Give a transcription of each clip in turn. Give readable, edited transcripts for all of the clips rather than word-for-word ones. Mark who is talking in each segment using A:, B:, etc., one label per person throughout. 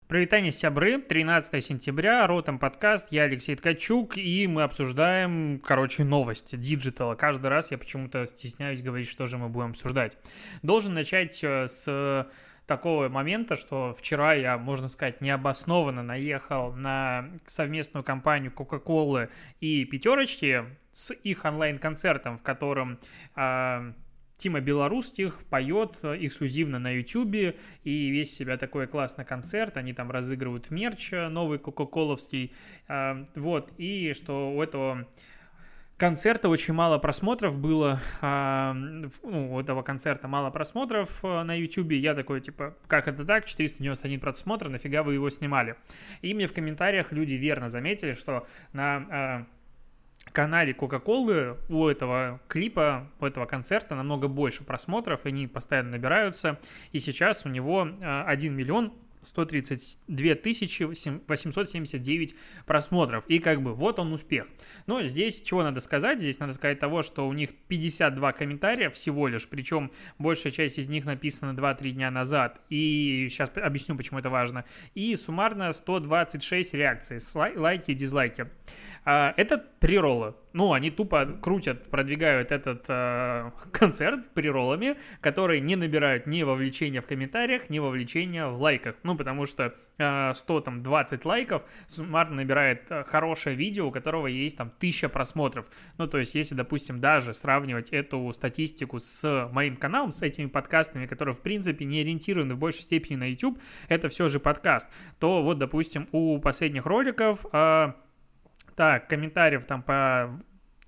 A: Привет, сябры, 13 сентября, Ротом подкаст, я Алексей Ткачук, и мы обсуждаем, новости диджитала. Каждый раз я почему-то стесняюсь говорить, что же мы будем обсуждать. Должен начать с такого момента, что вчера я, можно сказать, необоснованно наехал на совместную кампанию Кока-Колы и Пятерочки с их онлайн-концертом, в котором Тима Белорусских поет эксклюзивно на Ютубе, и весь себя такой классный концерт, они там разыгрывают мерч новый кока-коловский, и что у этого концерта очень мало просмотров было, у этого концерта мало просмотров на Ютубе, я такой, как это так, 491 просмотр, нафига вы его снимали? И мне в комментариях люди верно заметили, что на канале Кока-Колы у этого клипа, у этого концерта намного больше просмотров, они постоянно набираются, и сейчас у него 1 миллион 132 тысячи 879 просмотров, и вот он успех. Но здесь чего надо сказать? Здесь надо сказать того, что у них 52 комментария всего лишь, причем большая часть из них написана 2-3 дня назад, и сейчас объясню, почему это важно, и суммарно 126 реакций, лайки и дизлайки. Это прероллы. Они тупо крутят, продвигают этот концерт прероллами, которые не набирают ни вовлечения в комментариях, ни вовлечения в лайках. Потому что 120 лайков суммарно набирает хорошее видео, у которого есть 1000 просмотров. То есть, если, допустим, даже сравнивать эту статистику с моим каналом, с этими подкастами, которые, в принципе, не ориентированы в большей степени на YouTube, это все же подкаст, то допустим, у последних роликов... комментариев там по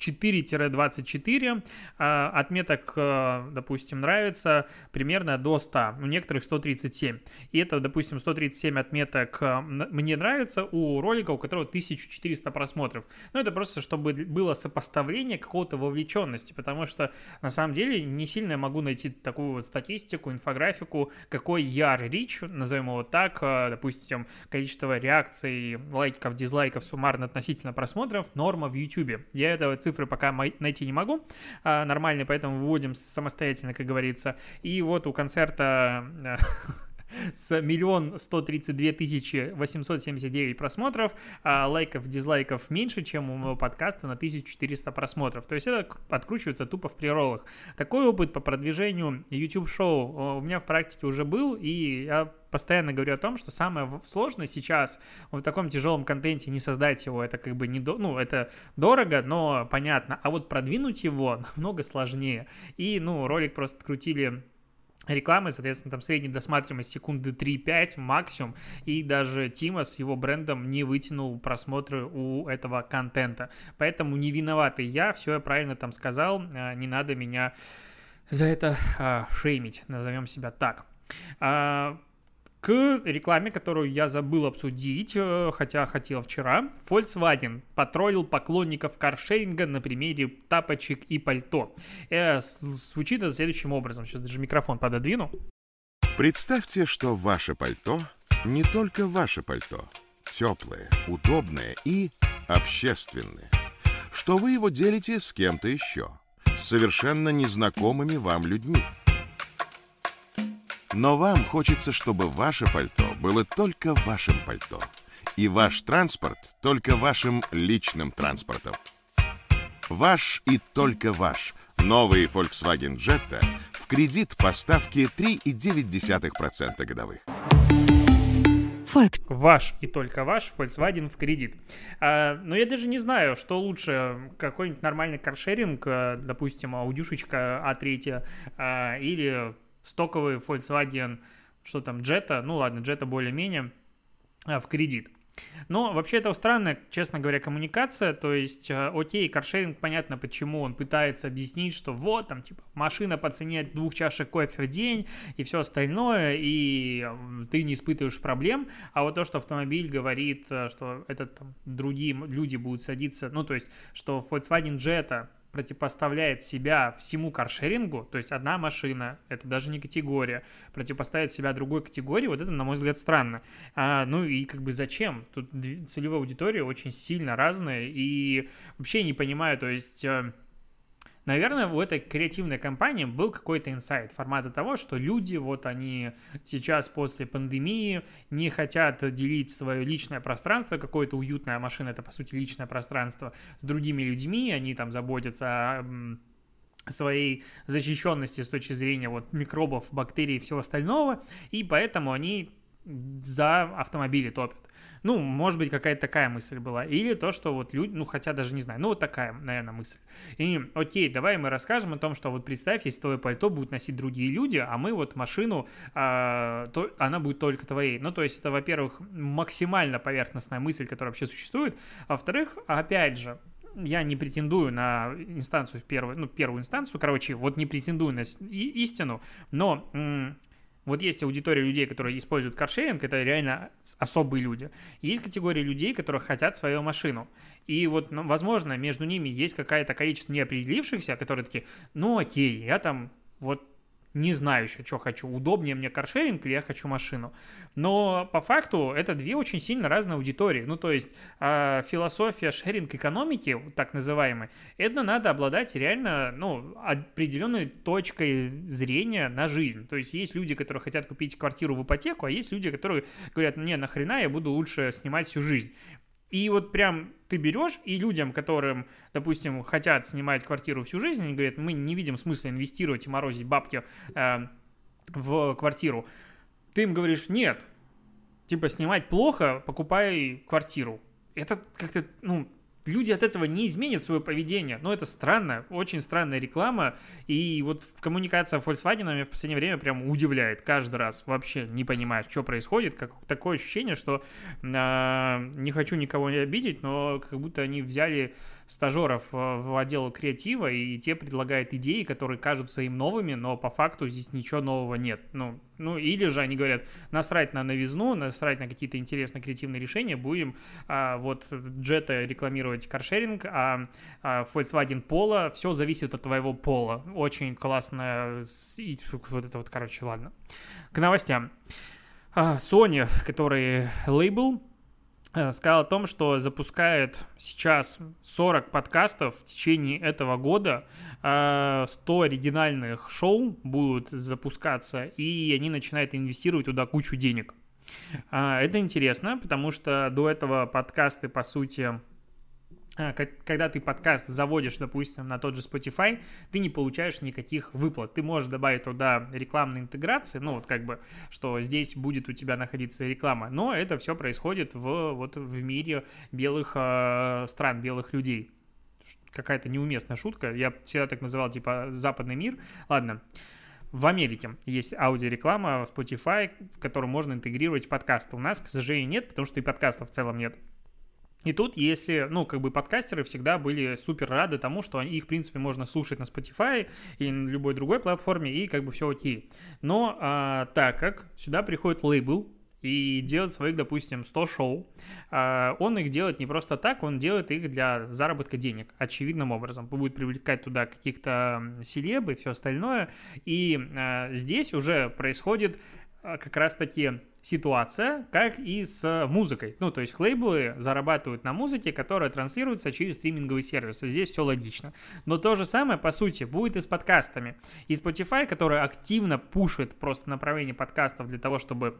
A: 4-24, отметок, допустим, нравится примерно до 100, у некоторых 137. И это, допустим, 137 отметок мне нравится у ролика, у которого 1400 просмотров. Это просто, чтобы было сопоставление какого-то вовлеченности, потому что, на самом деле, не сильно я могу найти такую статистику, инфографику, какой рич, назовем его так, допустим, количество реакций, лайков, дизлайков суммарно относительно просмотров, норма в YouTube. Я этого цифры пока найти не могу нормально, поэтому выводим самостоятельно, как говорится. И у концерта с 1 132 879 просмотров, лайков, дизлайков меньше, чем у моего подкаста на 1400 просмотров. То есть это откручивается тупо в прероллах. Такой опыт по продвижению YouTube-шоу у меня в практике уже был, и я постоянно говорю о том, что самое сложное сейчас в таком тяжелом контенте не создать его, это это дорого, но понятно, а продвинуть его намного сложнее. И, ролик просто открутили рекламы, соответственно, там средняя досматриваемость секунды 3-5 максимум, и даже Тима с его брендом не вытянул просмотры у этого контента. Поэтому не виноватый я, все я правильно там сказал, не надо меня за это шеймить, назовем себя так. К рекламе, которую я забыл обсудить, хотя хотел вчера, Volkswagen потроллил поклонников каршеринга на примере тапочек и пальто. Звучит это следующим образом. Сейчас даже микрофон пододвину.
B: Представьте, что ваше пальто не только ваше пальто. Теплое, удобное и общественное. Что вы его делите с кем-то еще. С совершенно незнакомыми вам людьми. Но вам хочется, чтобы ваше пальто было только вашим пальто, и ваш транспорт только вашим личным транспортом. Ваш и только ваш новый Volkswagen Jetta в кредит по ставке 3,9% годовых.
A: Факт. Ваш и только ваш Volkswagen в кредит. Но я даже не знаю, что лучше, какой-нибудь нормальный каршеринг, допустим, аудюшечка А3 или стоковый Volkswagen, что там, Jetta, ладно, Jetta более-менее, в кредит. Но вообще это странная, честно говоря, коммуникация, то есть, окей, каршеринг, понятно, почему он пытается объяснить, что машина по цене 2 чашек кофе в день и все остальное, и ты не испытываешь проблем, а то, что автомобиль говорит, что другие люди будут садиться, то есть, что Volkswagen Jetta противопоставляет себя всему каршерингу, то есть одна машина, это даже не категория, противопоставить себя другой категории, это, на мой взгляд, странно. Зачем? Тут целевая аудитория очень сильно разная, и вообще не понимаю, то есть... Наверное, у этой креативной компании был какой-то инсайт формата того, что люди, вот они сейчас после пандемии не хотят делить свое личное пространство, какое-то уютная машина, это, по сути, личное пространство, с другими людьми, они там заботятся о своей защищенности с точки зрения вот микробов, бактерий и всего остального, и поэтому они за автомобили топят. Ну, может быть, какая-то такая мысль была. Или то, что вот люди, ну, хотя даже не знаю, ну, вот такая, наверное, мысль. И, окей, давай мы расскажем о том, что вот представь, если твое пальто будут носить другие люди, а мы вот машину, то она будет только твоей. Ну, то есть это, во-первых, максимально поверхностная мысль, которая вообще существует. А во-вторых, опять же, я не претендую на инстанцию первую инстанцию, короче, вот не претендую на истину, но вот есть аудитория людей, которые используют каршеринг, это реально особые люди. Есть категория людей, которые хотят свою машину. И вот, ну, возможно, между ними есть какое-то количество неопределившихся, которые такие, ну окей, я там вот не знаю еще, что хочу, удобнее мне каршеринг или я хочу машину. Но по факту это две очень сильно разные аудитории. Ну, то есть философия шеринг-экономики, так называемой, это надо обладать реально, ну, определенной точкой зрения на жизнь. То есть есть люди, которые хотят купить квартиру в ипотеку, а есть люди, которые говорят, мне нахрена, я буду лучше снимать всю жизнь. И вот прям ты берешь, и людям, которым, допустим, хотят снимать квартиру всю жизнь, они говорят, мы не видим смысла инвестировать и морозить бабки в квартиру. Ты им говоришь, нет, типа снимать плохо, покупай квартиру. Это как-то, ну, люди от этого не изменят свое поведение. Но это странно, очень странная реклама. И вот коммуникация Volkswagen меня в последнее время прям удивляет каждый раз. Вообще не понимаешь, что происходит. Такое ощущение, что не хочу никого не обидеть, но как будто они взяли стажеров в отдел креатива, и те предлагают идеи, которые кажутся им новыми, но по факту здесь ничего нового нет. Ну или же они говорят, насрать на новизну, насрать на какие-то интересные креативные решения, будем вот Jetta рекламировать каршеринг, а Volkswagen Polo, все зависит от твоего пола. Очень классно. Вот это вот, короче, ладно. К новостям. Sony, который лейбл, сказал о том, что запускает сейчас 40 подкастов в течение этого года, 100 оригинальных шоу будут запускаться, и они начинают инвестировать туда кучу денег. Это интересно, потому что до этого подкасты, по сути, когда ты подкаст заводишь, допустим, на тот же Spotify, ты не получаешь никаких выплат. Ты можешь добавить туда рекламные интеграции, ну, вот как бы, что здесь будет у тебя находиться реклама, но это все происходит в мире белых стран, белых людей. Какая-то неуместная шутка, я всегда так называл, типа, западный мир. Ладно. В Америке есть аудиореклама в Spotify, в которую можно интегрировать подкасты. У нас, к сожалению, нет, потому что и подкастов в целом нет. И тут, если, ну, как бы подкастеры всегда были супер рады тому, что их, в принципе, можно слушать на Spotify или на любой другой платформе, и как бы все окей. Но так как сюда приходит лейбл и делает своих, допустим, 100 шоу, он их делает не просто так, он делает их для заработка денег, очевидным образом. Будет привлекать туда каких-то селеб и все остальное. И здесь уже происходит как раз-таки ситуация, как и с музыкой. Ну, то есть лейблы зарабатывают на музыке, которая транслируется через стриминговые сервисы. Здесь все логично. Но то же самое, по сути, будет и с подкастами. И Spotify, который активно пушит просто направление подкастов для того, чтобы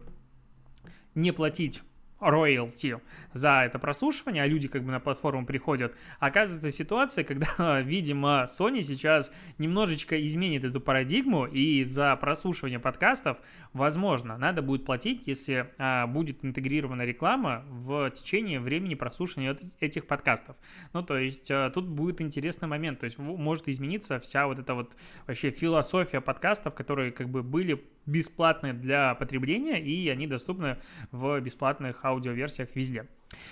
A: не платить роялти за это прослушивание, а люди как бы на платформу приходят, оказывается ситуация, когда, видимо, Sony сейчас немножечко изменит эту парадигму, и за прослушивание подкастов, возможно, надо будет платить, если будет интегрирована реклама в течение времени прослушивания этих подкастов. Ну, то есть тут будет интересный момент, то есть может измениться вся вот эта вот вообще философия подкастов, которые как бы были бесплатные для потребления, и они доступны в бесплатных аудиоверсиях везде.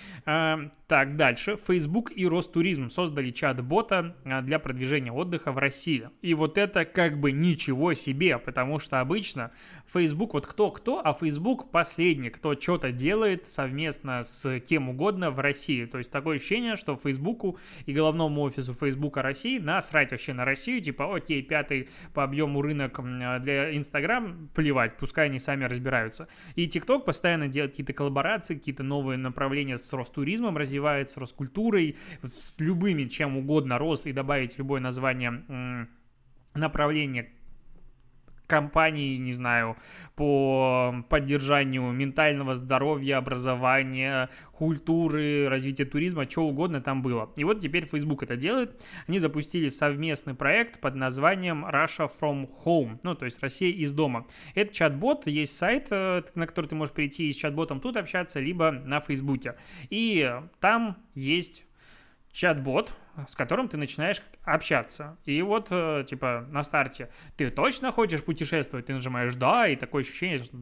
A: Так, дальше. Facebook и Ростуризм создали чат-бота для продвижения отдыха в России. И вот это как бы ничего себе, потому что обычно Facebook, вот кто-кто, а Facebook последний, кто что-то делает совместно с кем угодно в России. То есть такое ощущение, что Фейсбуку и головному офису Фейсбука России насрать вообще на Россию, типа, окей, 5-й по объему рынок для Instagram, плевать, пускай они сами разбираются. И TikTok постоянно делает какие-то коллаборации, какие-то новые направления направление с Ростуризмом развивается, с Роскультурой, с любыми, чем угодно, Рос, и добавить любое название направления компаний, не знаю, по поддержанию ментального здоровья, образования, культуры, развития туризма, что угодно там было. И вот теперь Facebook это делает. Они запустили совместный проект под названием Russia from Home, ну, то есть Россия из дома. Это чат-бот, есть сайт, на который ты можешь перейти и с чат-ботом тут общаться, либо на Фейсбуке. И там есть чат-бот, с которым ты начинаешь общаться. И вот, типа, на старте ты точно хочешь путешествовать? Ты нажимаешь «да», и такое ощущение, что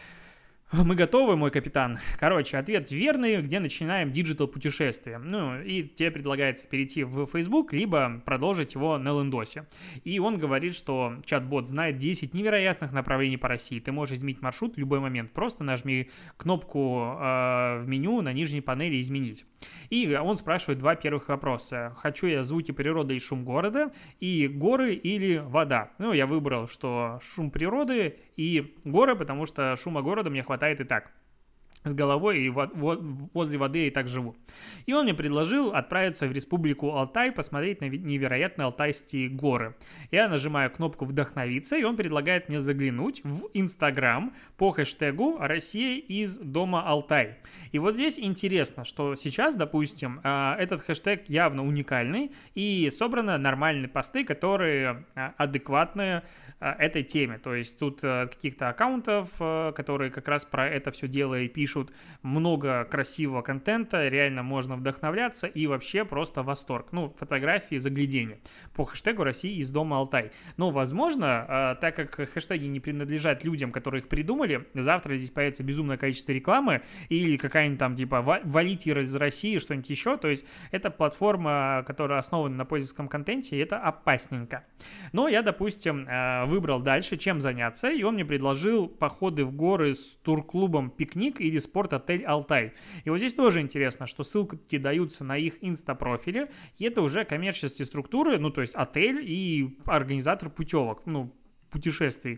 A: мы готовы, мой капитан. Короче, ответ верный, где начинаем диджитал-путешествие. Ну, и тебе предлагается перейти в Facebook, либо продолжить его на Лендосе. И он говорит, что чат-бот знает 10 невероятных направлений по России. Ты можешь изменить маршрут в любой момент. Просто нажми кнопку в меню на нижней панели «Изменить». И он спрашивает два первых вопроса. Хочу я звуки природы и шум города, и горы или вода? Ну, я выбрал, что шум природы и горы, потому что шума города мне хватает и так. С головой и возле воды я и так живу. И он мне предложил отправиться в республику Алтай, посмотреть на невероятные алтайские горы. Я нажимаю кнопку «Вдохновиться», и он предлагает мне заглянуть в Инстаграм по хэштегу «Россия из дома Алтай». И вот здесь интересно, что сейчас, допустим, этот хэштег явно уникальный, и собраны нормальные посты, которые адекватны этой теме. То есть тут каких-то аккаунтов, которые как раз про это все дело и пишут, много красивого контента, реально можно вдохновляться и вообще просто восторг. Ну, фотографии, заглядения по хэштегу «Россия из дома Алтай». Но, возможно, так как хэштеги не принадлежат людям, которые их придумали, завтра здесь появится безумное количество рекламы или какая-нибудь там типа «Валите из России», что-нибудь еще. То есть это платформа, которая основана на пользовательском контенте, и это опасненько. Но я, допустим, выбрал дальше, чем заняться, и он мне предложил походы в горы с турклубом «Пикник» или спорт-отель «Алтай». И вот здесь тоже интересно, что ссылки даются на их инста-профиле, и это уже коммерческие структуры, ну, то есть отель и организатор путевок, ну, путешествий.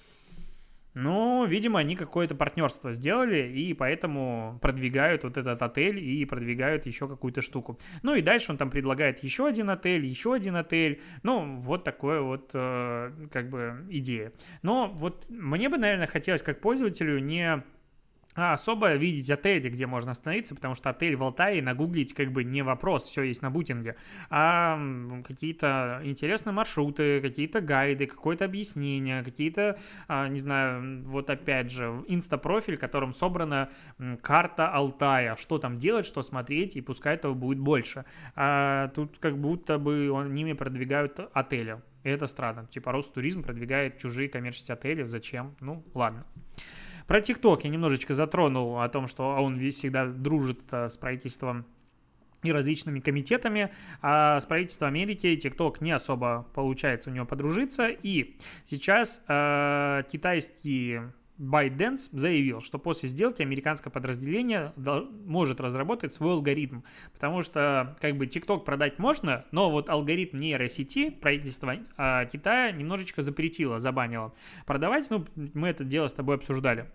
A: Ну, видимо, они какое-то партнерство сделали, и поэтому продвигают вот этот отель и продвигают еще какую-то штуку. Ну и дальше он там предлагает еще один отель. Ну, вот такое вот как бы идея. Но вот мне бы, наверное, хотелось как пользователю не особо видеть отели, где можно остановиться, потому что отель в Алтае нагуглить как бы не вопрос, все есть на букинге, а какие-то интересные маршруты, какие-то гайды, какое-то объяснение, какие-то, не знаю, вот опять же, инста-профиль, в котором собрана карта Алтая, что там делать, что смотреть, и пускай этого будет больше. А тут как будто бы ними продвигают отели. И это странно. Типа Ростуризм продвигает чужие коммерческие отели. Зачем? Ну, ладно. Про ТикТок я немножечко затронул о том, что он всегда дружит с правительством и различными комитетами, а с правительством Америки ТикТок не особо получается у него подружиться, и сейчас китайский ByteDance заявил, что после сделки американское подразделение может разработать свой алгоритм, потому что как бы TikTok продать можно, но вот алгоритм нейросети правительство Китая немножечко запретило, забанило продавать, ну мы это дело с тобой обсуждали.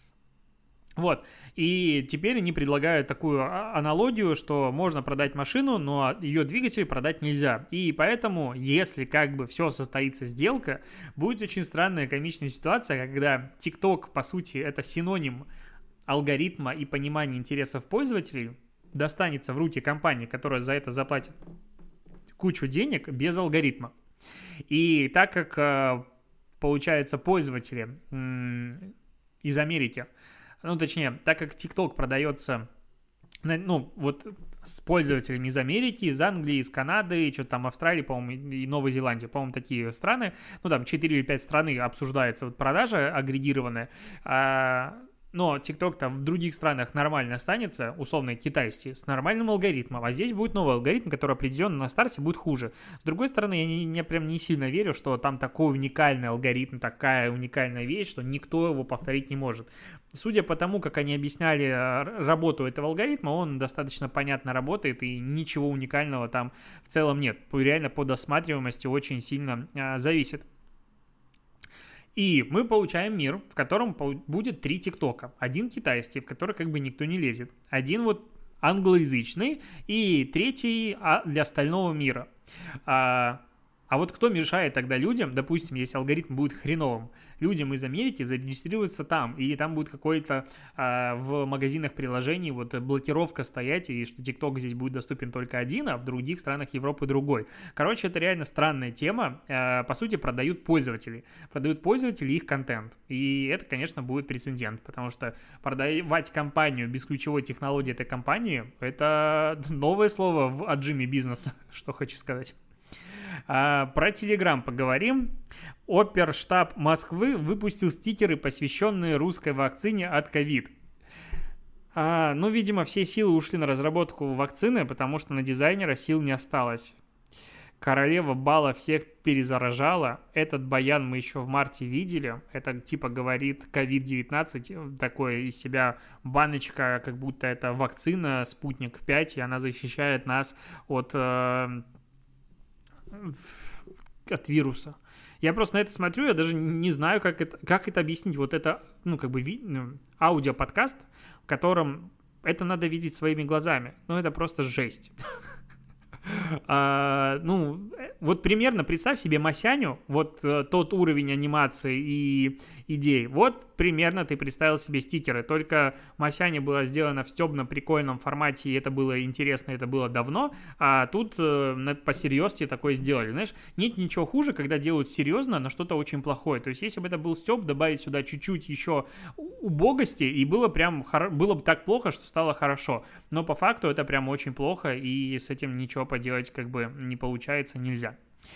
A: Вот, и теперь они предлагают такую аналогию, что можно продать машину, но ее двигатель продать нельзя. И поэтому, если как бы все состоится сделка, будет очень странная комичная ситуация, когда TikTok, по сути, это синоним алгоритма и понимания интересов пользователей, достанется в руки компании, которая за это заплатит кучу денег без алгоритма. И так как, получается, пользователи из Америки, ну, точнее, так как TikTok продается, ну, вот с пользователями из Америки, из Англии, из Канады, что-то там Австралии, по-моему, и Новой Зеландии, по-моему, такие страны, ну, там 4 или 5 стран обсуждается вот продажа агрегированная, но TikTok там в других странах нормально останется, условно китайский, с нормальным алгоритмом, а здесь будет новый алгоритм, который определенно на старте будет хуже. С другой стороны, я прям не сильно верю, что там такой уникальный алгоритм, такая уникальная вещь, что никто его повторить не может. Судя по тому, как они объясняли работу этого алгоритма, он достаточно понятно работает, и ничего уникального там в целом нет. Реально по досматриваемости очень сильно зависит. И мы получаем мир, в котором будет 3 ТикТока. Один китайский, в который как бы никто не лезет. Один вот англоязычный, и третий для остального мира. А вот кто мешает тогда людям, допустим, если алгоритм будет хреновым, людям из Америки зарегистрироваться там, или там будет какой-то в магазинах приложений вот блокировка стоять, и что TikTok здесь будет доступен только один, а в других странах Европы другой. Короче, это реально странная тема. По сути, продают пользователи их контент. И это, конечно, будет прецедент, потому что продавать компанию без ключевой технологии этой компании, это новое слово в отжиме бизнеса, что хочу сказать. Про Telegram поговорим. Оперштаб Москвы выпустил стикеры, посвященные русской вакцине от ковид. Видимо, все силы ушли на разработку вакцины, потому что на дизайнера сил не осталось. Королева бала всех перезаражала. Этот баян мы еще в марте видели. Это типа говорит COVID-19, такое из себя баночка, как будто это вакцина Спутник 5, и она защищает нас от вируса. Я просто на это смотрю, я даже не знаю, как это объяснить. Вот это, аудиоподкаст, в котором это надо видеть своими глазами. Это просто жесть. Вот примерно представь себе Масяню, вот тот уровень анимации и идей. Вот примерно ты представил себе стикеры, только Масяня была сделана в стебном прикольном формате, и это было интересно, это было давно, а тут по серьезности такое сделали. Знаешь, нет ничего хуже, когда делают серьезно на что-то очень плохое. То есть, если бы это был стеб, добавить сюда чуть-чуть еще убогости, и было бы так плохо, что стало хорошо. Но по факту это прям очень плохо, и с этим ничего поделать как бы не получается, нельзя.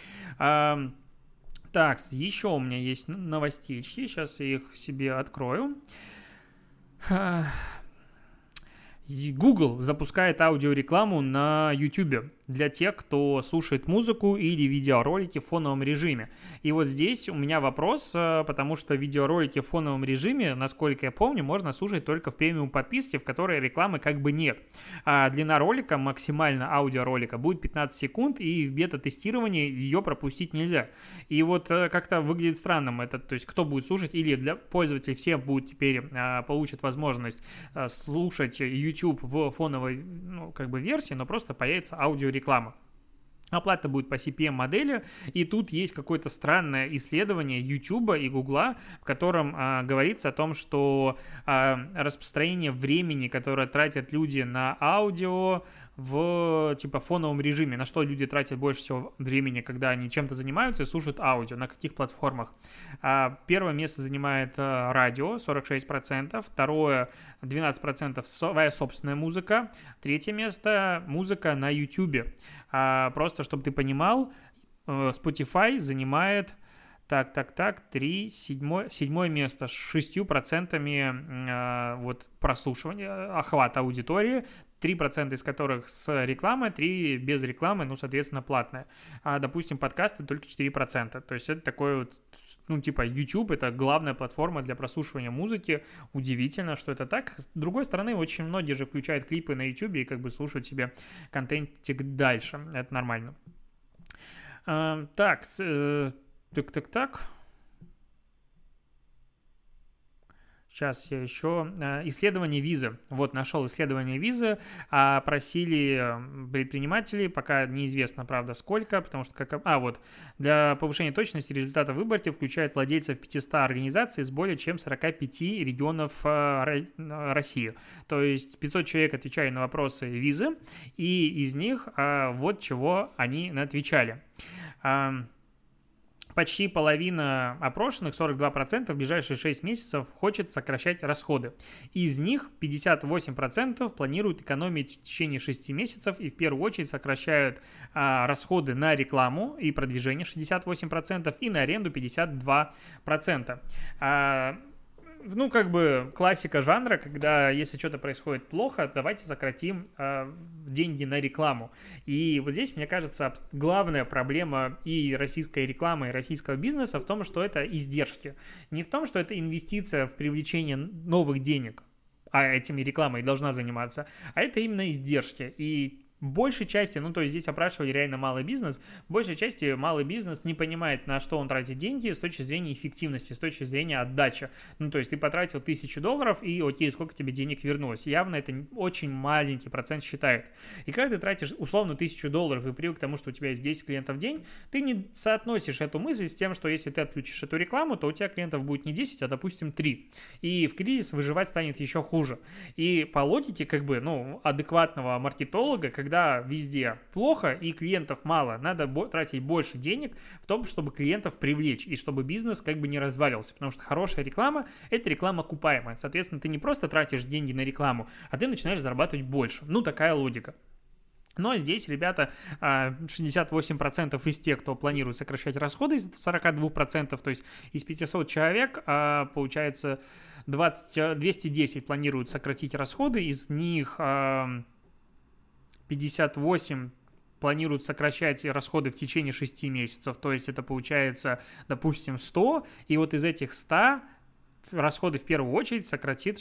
A: Так, еще у меня есть новостечки, сейчас я их себе открою. Google запускает аудиорекламу на YouTube для тех, кто слушает музыку или видеоролики в фоновом режиме. И вот здесь у меня вопрос, потому что видеоролики в фоновом режиме, насколько я помню, можно слушать только в премиум подписке, в которой рекламы как бы нет. А длина ролика, максимально аудиоролика, будет 15 секунд, и в бета-тестировании ее пропустить нельзя. И вот как-то выглядит странным это, то есть кто будет слушать, или для пользователей все будут теперь получат возможность слушать YouTube в фоновой версии, но просто появится аудиореклама. Оплата будет по CPM-модели, и тут есть какое-то странное исследование YouTube и Google, в котором говорится о том, что распространение времени, которое тратят люди на аудио в фоновом режиме, на что люди тратят больше всего времени, когда они чем-то занимаются и слушают аудио, на каких платформах. Первое место занимает радио, 46%, второе 12% своя собственная музыка, третье место музыка на YouTube. Просто, чтобы ты понимал, Spotify занимает седьмое место с 6% прослушивания, охвата аудитории, 3% из которых с рекламой, 3% без рекламы, соответственно, платная. А, допустим, подкасты только 4%. То есть это такой вот, YouTube — это главная платформа для прослушивания музыки. Удивительно, что это так. С другой стороны, очень многие же включают клипы на YouTube и слушают себе контентик дальше. Это нормально. Так. Сейчас я еще... Исследование визы. Вот, нашел исследование визы. Просили предпринимателей, пока неизвестно, правда, сколько, потому что... Для повышения точности результата выборки включают владельцев 500 организаций с более чем 45 регионов России. То есть 500 человек отвечали на вопросы визы, и из них вот чего они отвечали. Почти половина опрошенных, 42%, в ближайшие 6 месяцев хочет сокращать расходы. Из них 58% планируют экономить в течение 6 месяцев и в первую очередь сокращают расходы на рекламу и продвижение 68% и на аренду 52%. Классика жанра, когда если что-то происходит плохо, давайте сократим деньги на рекламу. И вот здесь, мне кажется, главная проблема и российской рекламы, и российского бизнеса в том, что это издержки. Не в том, что это инвестиция в привлечение новых денег, а этими рекламой должна заниматься, а это именно издержки. И большей части, ну, то есть здесь опрашивали реально малый бизнес, в большей части малый бизнес не понимает, на что он тратит деньги с точки зрения эффективности, с точки зрения отдачи. Ну, то есть ты потратил $1000, и окей, сколько тебе денег вернулось. Явно это очень маленький процент считает. И когда ты тратишь условно $1000 и привык к тому, что у тебя есть 10 клиентов в день, ты не соотносишь эту мысль с тем, что если ты отключишь эту рекламу, то у тебя клиентов будет не 10, а, допустим, 3. И в кризис выживать станет еще хуже. И по логике, как бы, ну, адекватного маркетолога, когда везде плохо и клиентов мало, надо тратить больше денег в том, чтобы клиентов привлечь и чтобы бизнес как бы не развалился, потому что хорошая реклама – это реклама окупаемая. Соответственно, ты не просто тратишь деньги на рекламу, а ты начинаешь зарабатывать больше. Ну, такая логика. Но здесь, ребята, 68% из тех, кто планирует сокращать расходы из 42%, то есть из 500 человек, получается, 210 планируют сократить расходы, из них 58 планируют сокращать расходы в течение 6 месяцев, то есть это получается, допустим, 100, и вот из этих 100 расходы в первую очередь сократит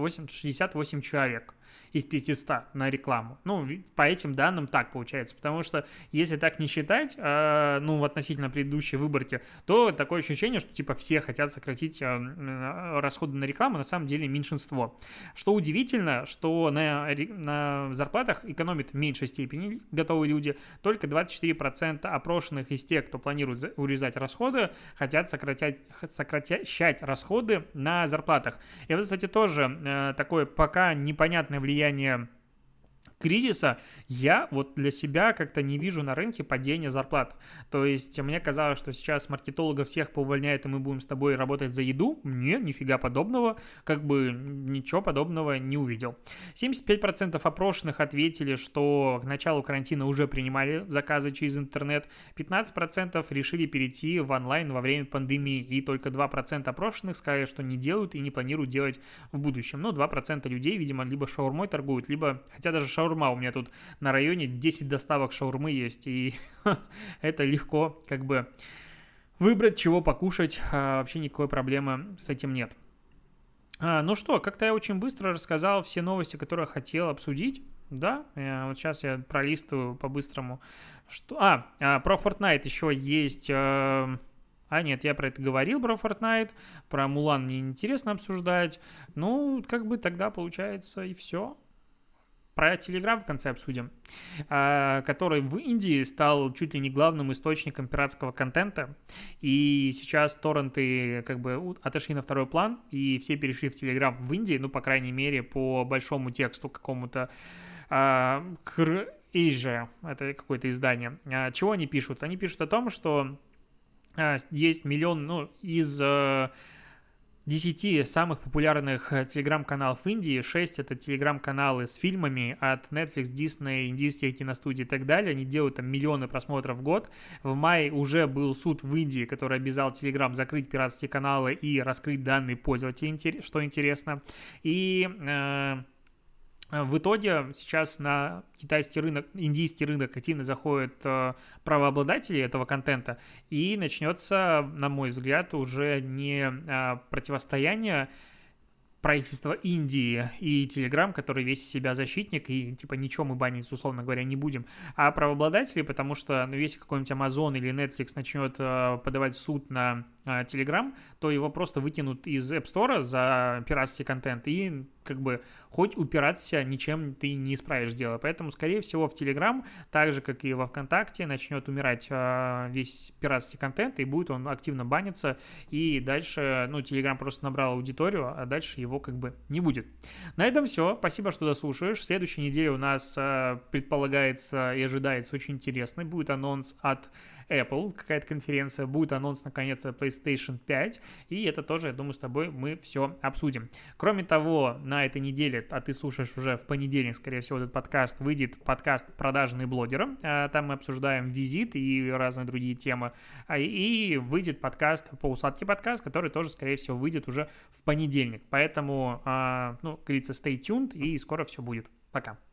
A: 68 человек из 500 на рекламу. Ну, по этим данным так получается, потому что если так не считать, ну, относительно предыдущей выборки, то такое ощущение, что типа все хотят сократить расходы на рекламу, на самом деле меньшинство. Что удивительно, что на зарплатах экономят в меньшей степени готовые люди, только 24% опрошенных из тех, кто планирует урезать расходы, хотят сокращать расходы на зарплатах. И вот, кстати, тоже такое пока непонятное влияние кризиса, я вот для себя как-то не вижу на рынке падения зарплат. То есть мне казалось, что сейчас маркетологов всех поувольняют, и мы будем с тобой работать за еду. Нет, нифига подобного, как бы ничего подобного не увидел. 75% опрошенных ответили, что к началу карантина уже принимали заказы через интернет, 15% решили перейти в онлайн во время пандемии, и только 2% опрошенных сказали, что не делают и не планируют делать в будущем. Но 2% людей, видимо, либо шаурмой торгуют, либо, хотя даже шаурма у меня тут на районе 10 доставок шаурмы есть, и это легко как бы выбрать, чего покушать, вообще никакой проблемы с этим нет. Ну что, как-то я очень быстро рассказал все новости, которые хотел обсудить, да, вот сейчас я пролистываю по-быстрому, что... про Fortnite еще есть... нет, я про это говорил, про Fortnite, про Мулан мне неинтересно обсуждать, ну, как бы тогда получается и все. Про Telegram в конце обсудим, который в Индии стал чуть ли не главным источником пиратского контента, и сейчас торренты как бы отошли на второй план, и все перешли в Telegram в Индии, ну, по крайней мере, по большому тексту какому-то Asia, это какое-то издание. Чего они пишут? Они пишут о том, что есть миллион, ну, из 10 самых популярных телеграм-каналов в Индии, 6 это телеграм-каналы с фильмами от Netflix, Disney, индийские киностудии и так далее. Они делают там миллионы просмотров в год. В мае уже был суд в Индии, который обязал Telegram закрыть пиратские каналы и раскрыть данные пользователей, что интересно. И в итоге сейчас на китайский рынок, индийский рынок активно заходят правообладатели этого контента, и начнется, на мой взгляд, уже не противостояние правительства Индии и Telegram, который весь из себя защитник, и типа ничего мы банить, условно говоря, не будем, а правообладатели, потому что, ну, если какой-нибудь Amazon или Netflix начнет подавать в суд на Telegram, то его просто выкинут из App Store за пиратский контент, и как бы хоть упираться, ничем ты не исправишь дело. Поэтому, скорее всего, в Telegram, так же, как и во ВКонтакте, начнет умирать весь пиратский контент, и будет он активно баниться, и дальше, ну, Telegram просто набрал аудиторию, а дальше его как бы не будет. На этом все. Спасибо, что дослушаешь. В следующей неделе у нас предполагается и ожидается очень интересный. Будет анонс от Apple, какая-то конференция, будет анонс, наконец-то, PlayStation 5, и это тоже, я думаю, с тобой мы все обсудим. Кроме того, на этой неделе, а ты слушаешь уже в понедельник, скорее всего, этот подкаст, выйдет подкаст «Продажные блогеры», там мы обсуждаем визит и разные другие темы, и выйдет подкаст по усадке подкаст, который тоже, скорее всего, выйдет уже в понедельник, поэтому, ну, как говорится, stay tuned, и скоро все будет. Пока.